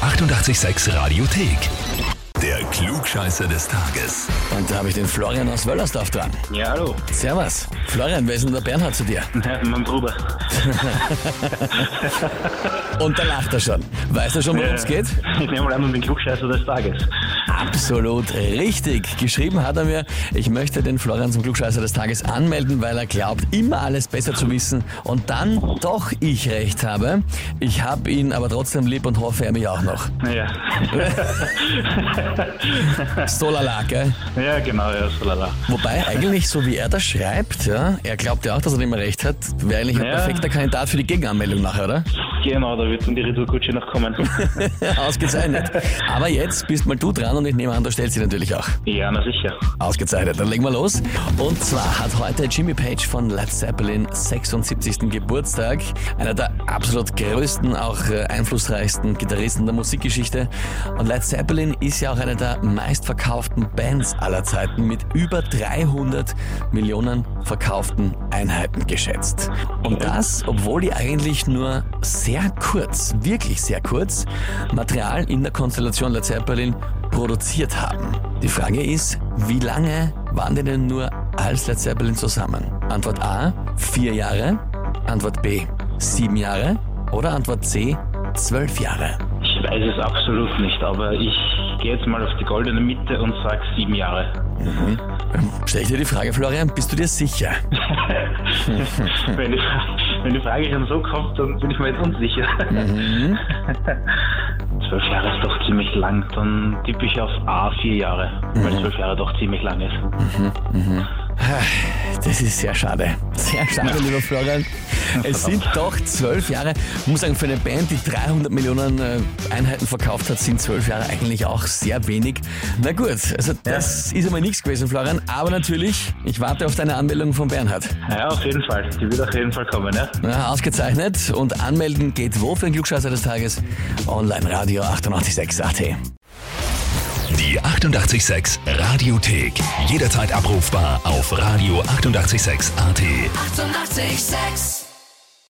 886 Radiothek. Der Klugscheißer des Tages. Und da habe ich den Florian aus Wöllersdorf dran. Ja, hallo. Servus. Florian, wer ist denn der Bernhard zu dir? Ja, mein Bruder. Und da lacht er schon. Weißt du schon, worum es geht? Ich nehme mal an, um den Klugscheißer des Tages. Absolut richtig. Geschrieben hat er mir, ich möchte den Florian zum Klugscheißer des Tages anmelden, weil er glaubt, immer alles besser zu wissen und dann doch ich recht habe. Ich habe ihn aber trotzdem lieb und hoffe, er mich auch noch. Ja. So lala, gell? Ja, genau, ja, so lala. Wobei, eigentlich, so wie er das schreibt, ja, er glaubt ja auch, dass er immer recht hat, wäre eigentlich ein perfekter Kandidat für die Gegenanmeldung nachher, oder? Genau, da wird dann die Retourkutsche noch kommen. Ausgezeichnet. Aber jetzt bist mal du dran und ich nehme an, du stellst sie natürlich auch. Ja, na sicher. Ausgezeichnet, dann legen wir los. Und zwar hat heute Jimmy Page von Led Zeppelin 76. Geburtstag. Einer der absolut größten, auch einflussreichsten Gitarristen der Musikgeschichte. Und Led Zeppelin ist ja auch eine der meistverkauften Bands aller Zeiten mit über 300 Millionen verkauften Einheiten geschätzt. Und das, obwohl die eigentlich nur sehr kurz, wirklich sehr kurz, Material in der Konstellation Led Zeppelin produziert haben. Die Frage ist, wie lange waren die denn nur als Led Zeppelin zusammen? Antwort A, 4 Jahre, Antwort B, 7 Jahre oder Antwort C, 12 Jahre? Ich weiß es absolut nicht, aber ich gehe jetzt mal auf die goldene Mitte und sage 7 Jahre. Stell ich dir die Frage, Florian, bist du dir sicher? Wenn die Frage schon so kommt, dann bin ich mir jetzt unsicher. 12 Jahre ist doch ziemlich lang, dann tippe ich auf A, 4 Jahre, weil 12 Jahre doch ziemlich lang ist. Das ist sehr schade. Sehr schade, lieber Florian. Es sind doch 12 Jahre. Ich muss sagen, für eine Band, die 300 Millionen Einheiten verkauft hat, sind 12 Jahre eigentlich auch sehr wenig. Na gut, also das ist einmal nichts gewesen, Florian. Aber natürlich, ich warte auf deine Anmeldung von Bernhard. Ja, auf jeden Fall. Die wird auf jeden Fall kommen, ja? Ja, ausgezeichnet. Und anmelden geht wo für den Klugscheißer des Tages? Online Radio 886 AT. Die 886 Radiothek. Jederzeit abrufbar auf radio886.at. 886